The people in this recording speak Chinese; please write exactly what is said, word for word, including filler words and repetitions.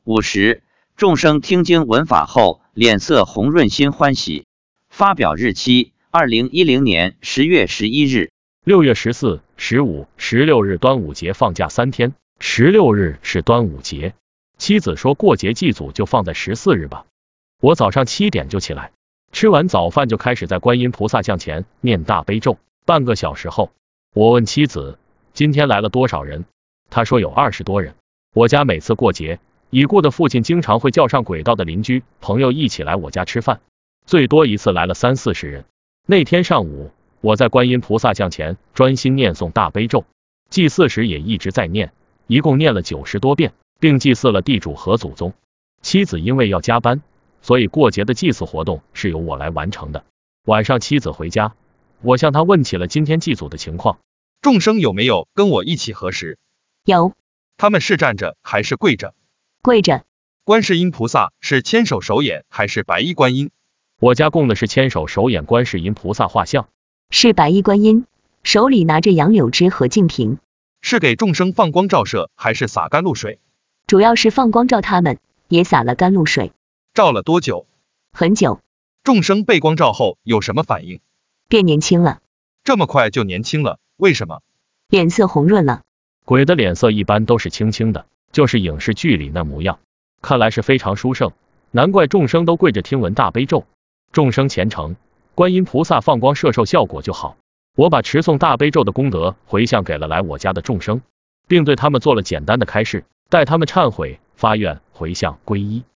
午时，众生听经闻法后，脸色红润，心欢喜。发表日期：二零一零年十月十一日。 六月十四、十五、十六日端午节放假三天，十六日是端午节。妻子说过节祭祖就放在十四日吧。我早上七点就起来，吃完早饭就开始在观音菩萨像前念大悲咒。半个小时后，我问妻子今天来了多少人，她说有二十多人。我家每次过节，已故的父亲经常会叫上轨道的邻居朋友一起来我家吃饭，最多一次来了三四十人。那天上午，我在观音菩萨像前专心念诵大悲咒，祭祀时也一直在念，一共念了九十多遍，并祭祀了地主和祖宗。妻子因为要加班，所以过节的祭祀活动是由我来完成的。晚上妻子回家，我向她问起了今天祭祖的情况。 众生有没有跟我一起核实？ 有。 他们是站着还是跪着？ 跪着。 观世音菩萨是千手手眼还是白衣观音？ 我家供的是千手手眼观世音菩萨画像， 是白衣观音，手里拿着杨柳枝和净瓶。 是给众生放光照射还是洒甘露水？ 主要是放光照他们，也洒了甘露水。 照了多久？ 很久。 众生被光照后有什么反应？ 变年轻了。 这么快就年轻了，为什么？ 脸色红润了。 鬼的脸色一般都是青青的，就是影视剧里那模样，看来是非常殊胜，难怪众生都跪着听闻大悲咒。众生虔诚，观音菩萨放光摄受效果就好。我把持诵大悲咒的功德回向给了来我家的众生，并对他们做了简单的开示，带他们忏悔、发愿、回向、皈依。